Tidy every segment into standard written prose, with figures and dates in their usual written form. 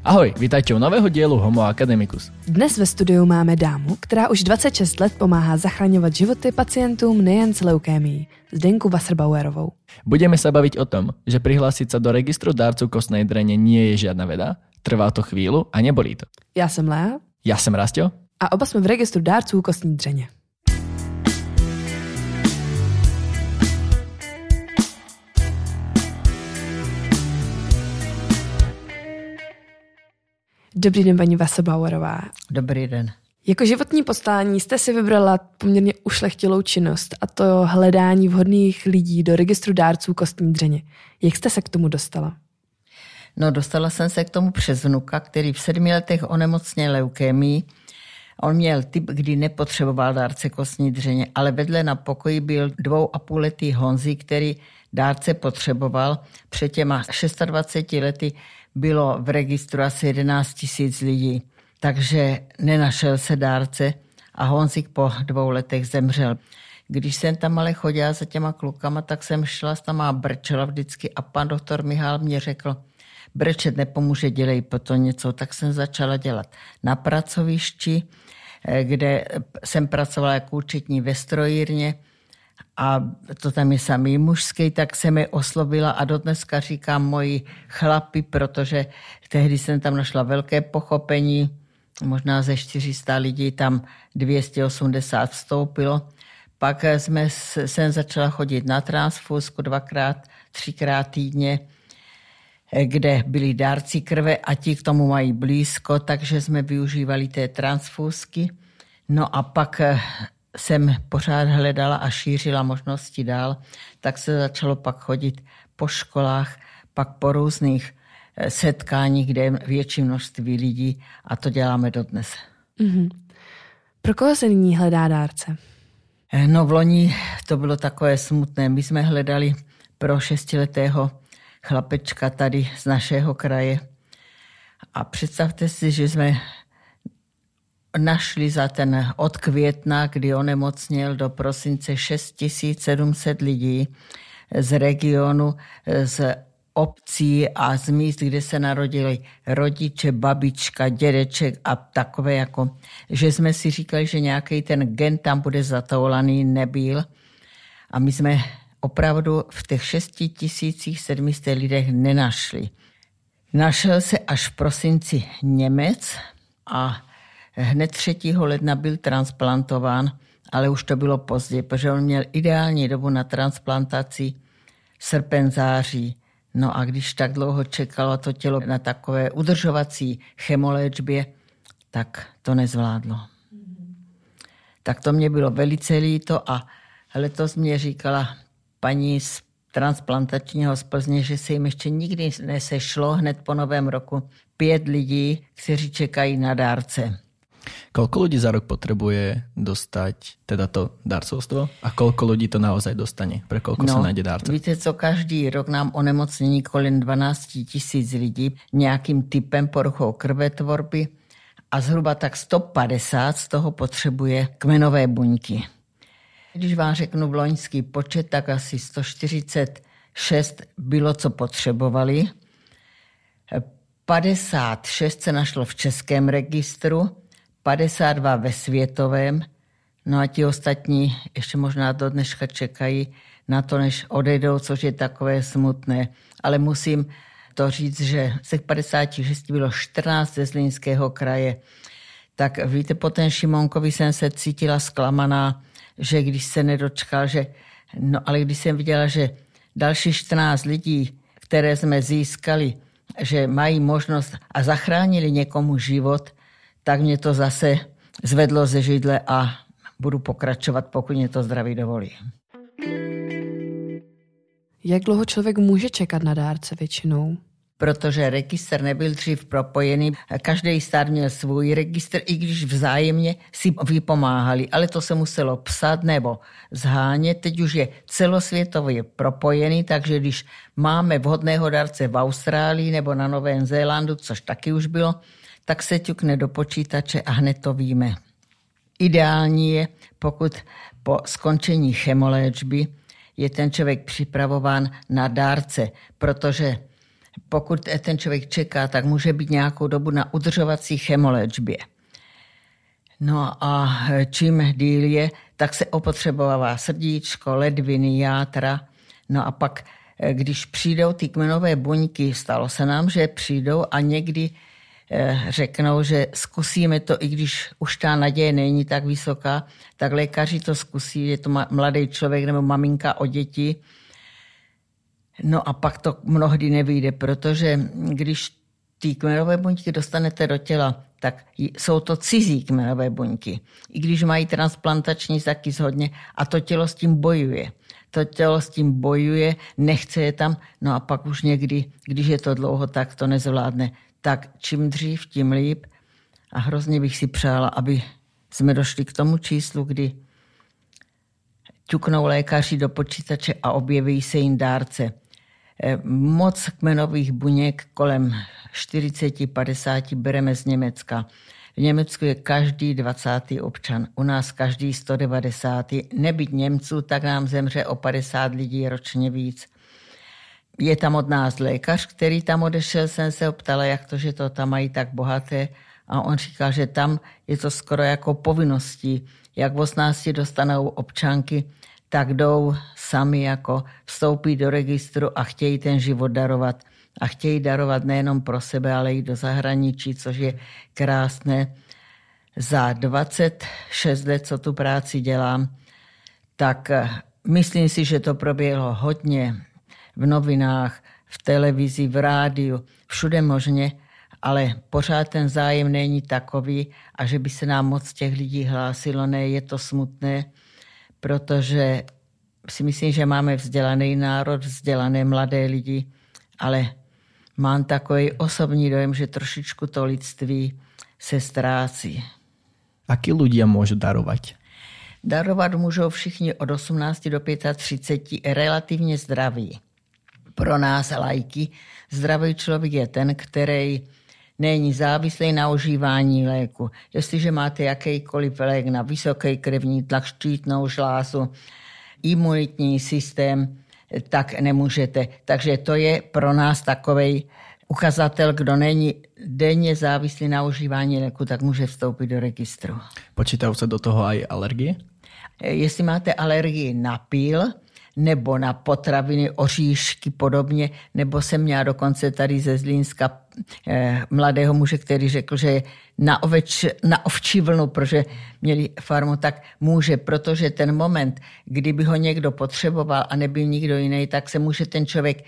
Ahoj, vítajte u nového dielu Homo Academicus. Dnes ve studiu máme dámu, která už 26 let pomáhá zachraňovat životy pacientům nejen s leukémií, Zdenku Wasserbauerovou. Budeme sa baviť o tom, že prihlásiť sa do registru dárcov kostnej drene nie je žiadna veda, trvá to chvíľu a nebolí to. Já jsem Lea. Ja som Rastio. A oba jsme v registru dárců kostní dřeně. Dobrý den, paní Wasserbauerová. Dobrý den. Jako životní poslání jste si vybrala poměrně ušlechtilou činnost, a to hledání vhodných lidí do registru dárců kostní dřeně. Jak jste se k tomu dostala? No, dostala jsem se k tomu přes vnuka, který v 7 letech onemocněl leukémii. On měl typ, kdy nepotřeboval dárce kostní dřeně, ale vedle na pokoji byl 2,5letý Honzi, který dárce potřeboval. Před těma 26 lety bylo v registru asi 11 000 lidí, takže nenašel se dárce a Honzik po 2 letech zemřel. Když jsem tam ale chodila za těma klukama, tak jsem šla tam a brčela vždycky a pan doktor Mihál mě řekl, brčet nepomůže, dělej proto něco. Tak jsem začala dělat na pracovišti, kde jsem pracovala jako účetní ve strojírně a to tam je samý mužský, tak jsem je oslovila a dodneska říkám moji chlapi, protože tehdy jsem tam našla velké pochopení, možná ze 400 lidí tam 280 vstoupilo. Pak jsem začala chodit na transfúzku 2x, 3x týdně, kde byli dárci krve a ti k tomu mají blízko, takže jsme využívali té transfúzky. No a pak jsem pořád hledala a šířila možnosti dál, tak se začalo pak chodit po školách, pak po různých setkáních, kde je větší množství lidí a to děláme dodnes. Mm-hmm. Pro koho se nyní hledá dárce? No v loni to bylo takové smutné. My jsme hledali pro 6letého chlapečka tady z našeho kraje a představte si, že jsme našli za ten od května, kdy onemocněl do prosince 6700 lidí z regionu, z obcí a z míst, kde se narodili rodiče, babička, dědeček a takové jako, že jsme si říkali, že nějaký ten gen tam bude zatoulaný, nebyl. A my jsme opravdu v těch 6700 lidech nenašli. Našel se až v prosinci Němec a hned 3. ledna byl transplantován, ale už to bylo pozdě, protože on měl ideální dobu na transplantaci srpen, září. No a když tak dlouho čekalo to tělo na takové udržovací chemoléčbě, tak to nezvládlo. Tak to mě bylo velice líto a letos mě říkala paní z transplantačního z Plzně, že se jim ještě nikdy nesešlo hned po novém roku 5 lidí, kteří čekají na dárce. Koľko ľudí za rok potrebuje dostať teda to darcovstvo a koľko ľudí to naozaj dostane? Pre koľko sa nájde dárce? Víte co, každý rok nám onemocnění kolem 12 000 lidí nějakým typem poruchou krvetvorby a zhruba tak 150 z toho potřebuje kmenové buňky. Když vám řeknu v loňský počet, tak asi 146 bylo, co potřebovali. 56 se našlo v českém registru, 52 ve světovém, no a ti ostatní ještě možná do dneška čekají na to, než odejdou, což je takové smutné. Ale musím to říct, že z těch 56 bylo 14 ze Zlínského kraje. Tak víte, po ten Šimonkovi jsem se cítila zklamaná, že když se nedočkal, ale když jsem viděla, že další 14 lidí, které jsme získali, že mají možnost a zachránili někomu život, tak mě to zase zvedlo ze židle a budu pokračovat, pokud mě to zdraví dovolí. Jak dlouho člověk může čekat na dárce většinou? Protože registr nebyl dřív propojený. Každý stát měl svůj registr, i když vzájemně si vypomáhali, ale to se muselo psat nebo zhánět. Teď už je celosvětově propojený, takže když máme vhodného dárce v Austrálii nebo na Novém Zélandu, což taky už bylo, tak se ťukne do počítače a hned to víme. Ideální je, pokud po skončení chemoléčby je ten člověk připravován na dárce, protože pokud ten člověk čeká, tak může být nějakou dobu na udržovací chemoléčbě. No a čím díl je, tak se opotřebovává srdíčko, ledviny, játra. No a pak, když přijdou ty kmenové buňky, stalo se nám, že přijdou a někdy řeknou, že zkusíme to, i když už ta naděje není tak vysoká, tak lékaři to zkusí, je to mladý člověk nebo maminka o děti. No a pak to mnohdy nevyjde, protože když ty kmenové buňky dostanete do těla, tak jsou to cizí kmenové buňky. I když mají transplantační zakys hodně a to tělo s tím bojuje. To tělo s tím bojuje, nechce je tam, no a pak už někdy, když je to dlouho, tak to nezvládne. Tak čím dřív, tím líp. A hrozně bych si přála, aby jsme došli k tomu číslu, kdy ťuknou lékaři do počítače a objeví se jim dárce. Moc kmenových buněk kolem 40-50 bereme z Německa. V Německu je každý 20. občan, u nás každý 190. Nebyť Němců, tak nám zemře o 50 lidí ročně víc. Je tam od nás lékař, který tam odešel, jsem se ho ptala, jak to, že to tam mají tak bohaté. A on říkal, že tam je to skoro jako povinností. Jak v 18 dostanou občanky, tak jdou sami jako vstoupí do registru a chtějí ten život darovat. A chtějí darovat nejenom pro sebe, ale i do zahraničí, což je krásné. Za 26 let, co tu práci dělám, tak myslím si, že to proběhlo hodně v novinách, v televizi, v rádiu, všude možně, ale pořád ten zájem není takový a že by se nám moc těch lidí hlásilo, ne, je to smutné, protože si myslím, že máme vzdělaný národ, vzdělané mladé lidi, ale mám takový osobní dojem, že trošičku to lidství se ztrácí. Akí ľudia môžu darovať? Darovat můžou všichni od 18 do 35 relativně zdraví. Pro nás lajky zdravý člověk je ten, který není závislý na užívání léku. Jestliže máte jakýkoliv lék na vysoký krevní tlak, štítnou žlázu, imunitní systém, tak nemůžete. Takže to je pro nás takovej ukazatel, kdo není denně závislý na užívání léku, tak může vstoupit do registru. Počítajú sa do toho aj alergie? Jestli máte alergii na píl, nebo na potraviny, oříšky podobně, nebo jsem měla dokonce tady ze Zlínska mladého muže, který řekl, že na ovčí vlnu, protože měli farmu, tak může, protože ten moment, kdyby ho někdo potřeboval a nebyl nikdo jiný, tak se může ten člověk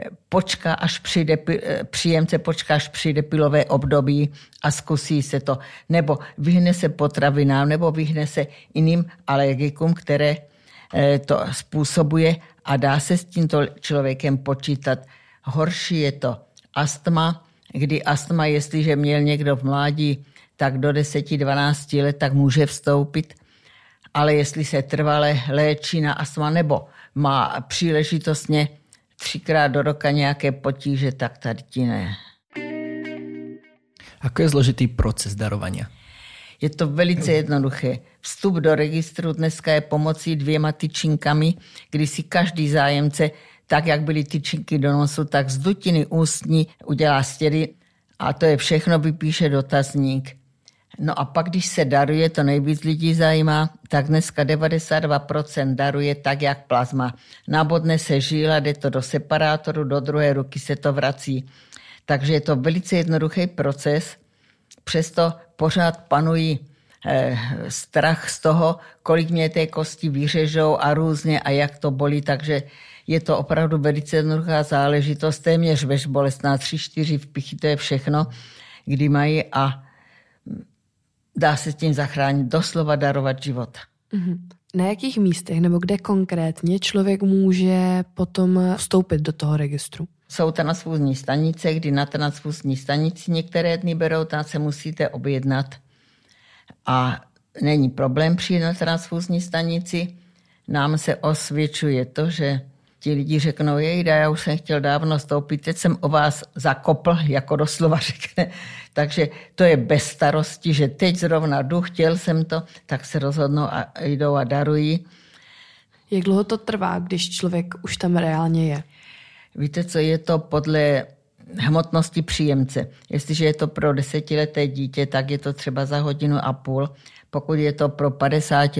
příjemce počká, až přijde pilové období a zkusí se to. Nebo vyhne se potravinám, nebo vyhne se jiným alergikům, které to způsobuje a dá se s tímto člověkem počítat. Horší je to astma, kdy astma, jestliže měl někdo v mládí, tak do 10-12 let, tak může vstoupit. Ale jestli se trvale léčí na astma nebo má příležitostně 3krát do roka nějaké potíže, tak tady ti ne. Ako je zložitý proces darovania? Je to velice jednoduché. Vstup do registru dneska je pomocí 2 tyčinkami, kdy si každý zájemce, tak jak byly tyčinky do nosu, tak z dutiny ústní udělá stěry a to je všechno, vypíše dotazník. No a pak, když se daruje, to nejvíc lidí zajímá, tak dneska 92% daruje tak, jak plazma. Nabodne se žíla, jde to do separátoru, do druhé ruky se to vrací. Takže je to velice jednoduchý proces, přesto pořád panují strach z toho, kolik mě té kosti vyřežou a různě a jak to bolí, takže je to opravdu velice jednoduchá záležitost, téměř bezbolestná, 3-4 vpichy, to je všechno, kdy mají a dá se tím zachránit, doslova darovat život. Na jakých místech nebo kde konkrétně člověk může potom vstoupit do toho registru? Jsou transfuzní stanice, kdy na transfuzní stanici některé dny berou, tam se musíte objednat a není problém přijít na transfuzní stanici. Nám se osvědčuje to, že ti lidi řeknou, jejda, já už jsem chtěl dávno vstoupit, teď jsem o vás zakopl, jako doslova řekne. Takže to je bez starosti, že teď zrovna jdu, chtěl jsem to, tak se rozhodnou a jdou a darují. Jak dlouho to trvá, když člověk už tam reálně je? Víte, co je to podle hmotnosti příjemce. Jestliže je to pro 10leté dítě, tak je to třeba za 1,5 hodiny. Pokud je to pro 50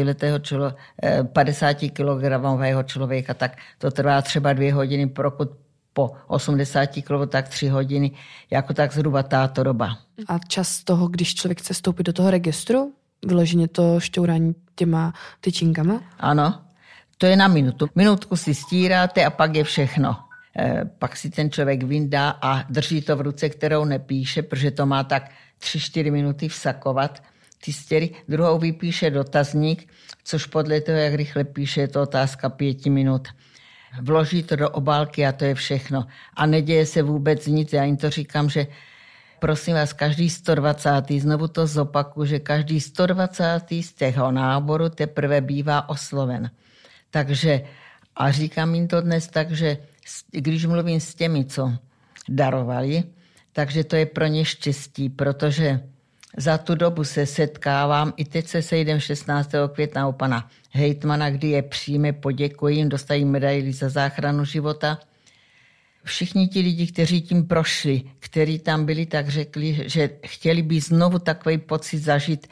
kilogramového člověka, tak to trvá třeba 2 hodiny, pokud po 80 kg, tak 3 hodiny, jako tak zhruba táto doba. A čas toho, když člověk chce vstoupit do toho registru, vyloženě to šťourání těma tyčinkama? Ano, to je na minutu. Minutku si stíráte a pak je všechno. Pak si ten člověk vyndá a drží to v ruce, kterou nepíše, protože to má tak 3-4 minuty vsakovat ty stěry. Druhou vypíše dotazník, což podle toho, jak rychle píše, je to otázka 5 minut. Vloží to do obálky a to je všechno. A neděje se vůbec nic. Já jim to říkám, že prosím vás, každý 120. znovu to zopakuju, že každý 120. z toho náboru teprve bývá osloven. Takže a říkám jim to dnes tak, že když mluvím s těmi, co darovali, takže to je pro ně štěstí, protože za tu dobu se setkávám, i teď se sejdem 16. května u pana hejtmana, kdy je přijme, poděkuji jim, dostají medaili za záchranu života. Všichni ti lidi, kteří tím prošli, kteří tam byli, tak řekli, že chtěli by znovu takový pocit zažít.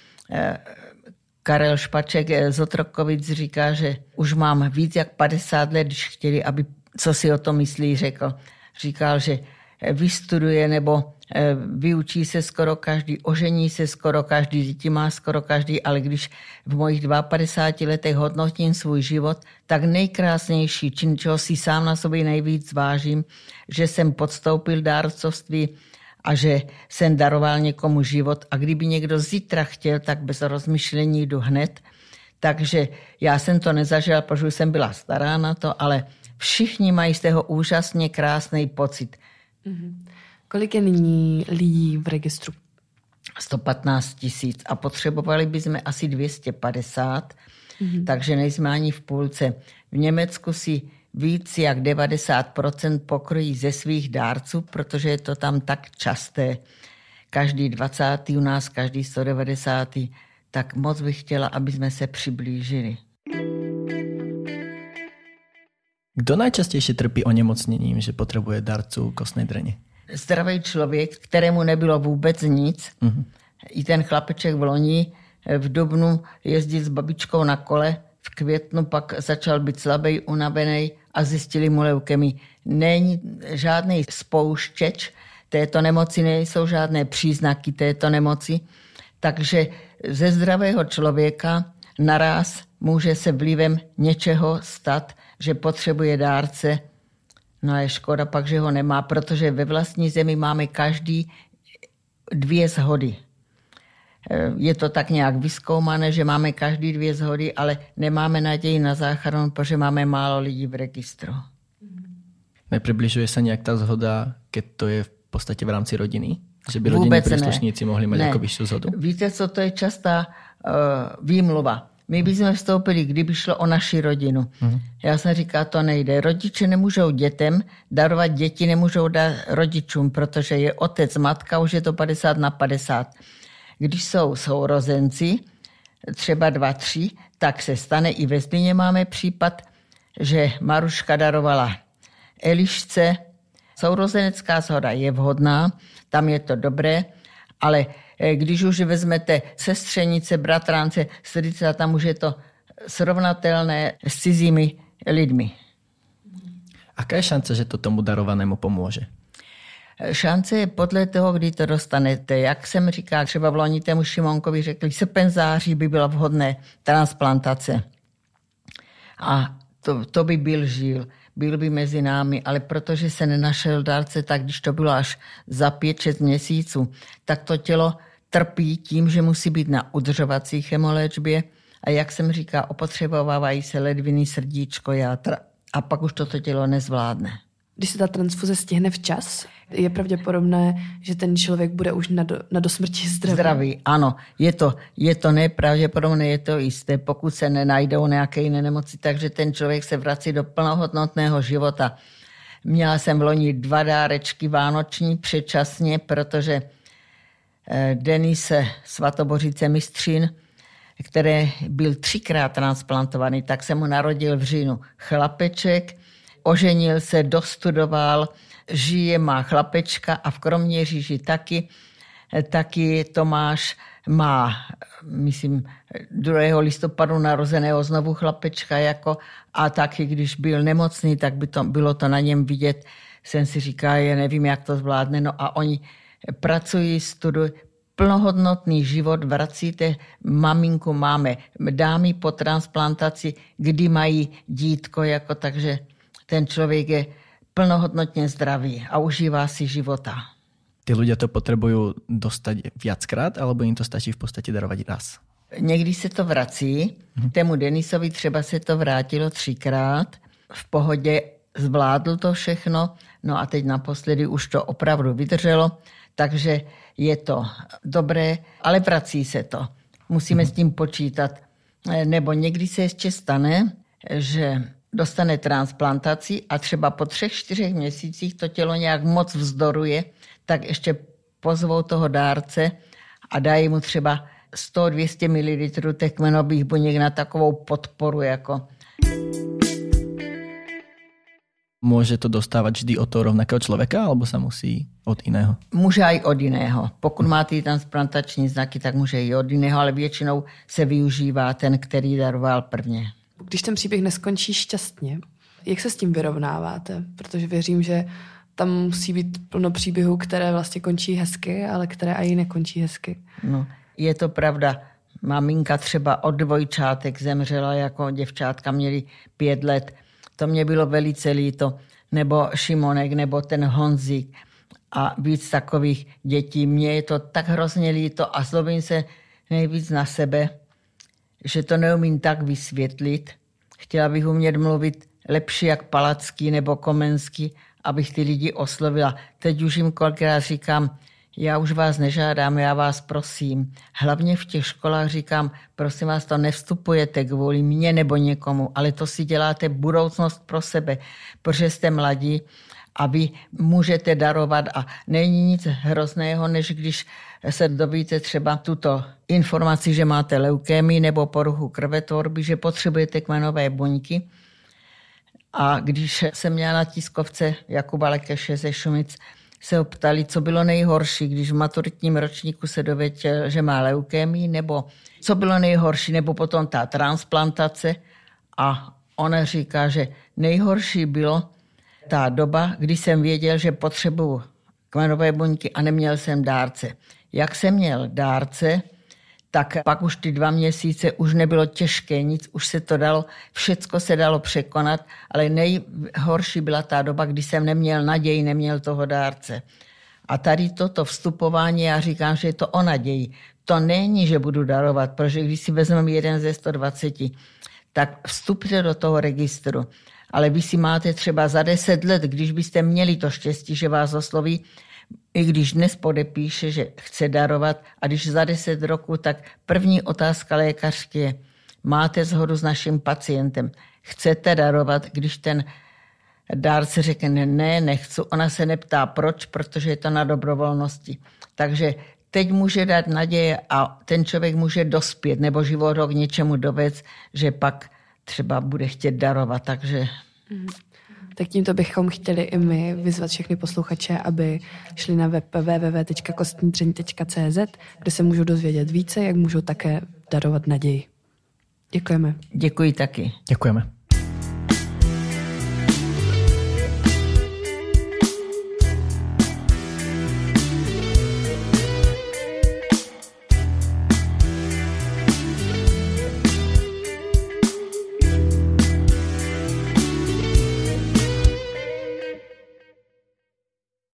Karel Špaček z Otrokovic říká, že už mám víc jak 50 let, když chtěli, aby, co si o tom myslí, řekl. Říkal, že vystuduje nebo vyučí se skoro každý, ožení se skoro každý, děti má skoro každý, ale když v mojich 52 letech hodnotím svůj život, tak nejkrásnější čin, čeho si sám na sobě nejvíc vážím, že jsem podstoupil dárcovství a že jsem daroval někomu život a kdyby někdo zítra chtěl, tak bez rozmyšlení jdu hned. Takže já jsem to nezažila, protože jsem byla stará na to, ale všichni mají z toho úžasně krásný pocit. Kolik je nyní lidí v registru? 115 000 a potřebovali bychom asi 250, takže nejsme ani v půlce. V Německu si víc jak 90% pokrojí ze svých dárců, protože je to tam tak časté. Každý 20. u nás, každý 190. Tak moc bych chtěla, aby jsme se přiblížili. Kdo najčastější trpí onemocněním, že potřebuje dárců kostnej dreni? Zdravý člověk, kterému nebylo vůbec nic. I ten chlapeček v loni v dubnu jezdil s babičkou na kole, v květnu pak začal být slabý, unavený a zjistili mu leukemii. Není žádný spouštěč této nemoci, nejsou žádné příznaky této nemoci, takže ze zdravého člověka naráz může se vlivem něčeho stát, že potřebuje dárce. No a je škoda pak, že ho nemá, protože ve vlastní zemi máme každý 2 shody. Je to tak nějak vyzkoumané, že máme každý 2 shody, ale nemáme naději na záchranu, protože máme málo lidí v registru. Nepribližuje se nějak ta zhoda, keď to je v podstatě v rámci rodiny? Že by rodinní príslušníci mohli mít jako vyšší zhodu? Víte, co to je častá výmluva. My bychom vstoupili, kdyby šlo o naši rodinu. Já jsem říkala, to nejde. Rodiče nemůžou dětem darovat, děti nemůžou dát rodičům, protože je otec, matka, už je to 50/50. Když jsou sourozenci, třeba 2-3, tak se stane, i ve Zlíně máme případ, že Maruška darovala Elišce. Sourozenecká shoda je vhodná, tam je to dobré, ale když už vezmete sestřenice, bratrance, srdce, tam už je to srovnatelné s cizími lidmi. Aká je šance, že to tomu darovanému pomůže? Šance je podle toho, kdy to dostanete. Jak jsem říkal, třeba v loni tému Šimonkovi řekli, srpen, září by byla vhodné transplantace. A to by byl by mezi námi, ale protože se nenašel dárce, tak když to bylo až za 5-6 měsíců, tak to tělo trpí tím, že musí být na udržovací chemoléčbě a jak jsem říkal, opotřebovávají se ledviny, srdíčko, játra a pak už toto tělo nezvládne. Když se ta transfuze stihne včas, je pravděpodobné, že ten člověk bude už na dosmrti zdravý. Ano, je to nepravděpodobné, je to jisté, pokud se nenajdou nějaké jiné nemoci, takže ten člověk se vrací do plnohodnotného života. Měla jsem v loni 2 dárečky vánoční předčasně, protože Denise Svatobořice Mistřin, který byl 3krát transplantovaný, tak se mu narodil v říjnu chlapeček, oženil se, dostudoval, žije, má chlapečka a v Kroměříži taky Tomáš má, myslím, 2. listopadu narozeného znovu chlapečka a taky, když byl nemocný, tak bylo to na něm vidět. Jsem si říkal, já nevím, jak to zvládne. No a oni pracují, studují, plnohodnotný život, vracíte maminku, máme dámy po transplantaci, kdy mají dítko, takže ten člověk je plnohodnotně zdravý a užívá si života. Tí ľudia to potrebujú dostať viackrát, alebo im to stačí v podstate darovať raz? Někdy se to vrací. Tému Denisovi třeba se to vrátilo 3krát. V pohodě zvládl to všechno. No a teď naposledy už to opravdu vydrželo. Takže je to dobré, ale vrací se to. Musíme s tím počítat. Nebo někdy se ještě stane, že dostane transplantaci a třeba po 3-4 měsících to tělo nějak moc vzdoruje, tak ještě pozvou toho dárce a dají mu třeba 100-200 ml těch kmenových buněk na takovou podporu. Môže to dostávať vždy od toho rovnakého človeka, alebo sa musí od iného? Může i od jiného. Pokud má ty transplantační znaky, tak může i od jiného, ale většinou se využívá ten, který daroval prvně. Když ten příběh neskončí šťastně, jak se s tím vyrovnáváte? Protože věřím, že tam musí být plno příběhů, které vlastně končí hezky, ale které i nekončí hezky. No, je to pravda. Maminka třeba od dvojčátek zemřela, jako děvčátka měli 5 let. To mě bylo velice líto. Nebo Šimonek, nebo ten Honzík a víc takových dětí. Mně je to tak hrozně líto a zlobím se nejvíc na sebe, že to neumím tak vysvětlit. Chtěla bych umět mluvit lepší jak Palacký nebo Komenský, abych ty lidi oslovila. Teď už jim kolikrát říkám, já už vás nežádám, já vás prosím. Hlavně v těch školách říkám, prosím vás, to nevstupujete kvůli mně nebo někomu, ale to si děláte budoucnost pro sebe, protože jste mladí a vy můžete darovat a není nic hrozného, než když se dovíte třeba tuto informaci, že máte leukémii nebo poruchu krvetvorby, že potřebujete kmenové buňky. A když jsem měla na tiskovce Jakuba Lekeše ze Šumic, se ho ptali, co bylo nejhorší, když v maturitním ročníku se dověděl, že má leukémii, nebo co bylo nejhorší, nebo potom ta transplantace. A ona říká, že nejhorší bylo ta doba, kdy jsem věděl, že potřebuju kmenové buňky a neměl jsem dárce. Jak jsem měl dárce, tak pak už ty 2 měsíce už nebylo těžké nic, už se to dalo, všecko se dalo překonat, ale nejhorší byla ta doba, kdy jsem neměl naději, neměl toho dárce. A tady toto vstupování, já říkám, že je to o naději. To není, že budu darovat, protože když si vezmeme 1 ze 120, tak vstupte do toho registru. Ale vy si máte třeba za 10 let, když byste měli to štěstí, že vás osloví, i když dnes podepíše, že chce darovat a když za 10 roků, tak první otázka lékařky je, máte shodu s naším pacientem, chcete darovat, když ten dárce řekne ne, nechci, ona se neptá proč, protože je to na dobrovolnosti. Takže teď může dát naděje a ten člověk může dospět nebo život k něčemu dovést, že pak třeba bude chtět darovat, takže... Tak tímto bychom chtěli i my vyzvat všechny posluchače, aby šli na web www.kostnidřeň.cz, kde se můžou dozvědět více, jak můžou také darovat naději. Děkujeme. Děkuji taky. Děkujeme.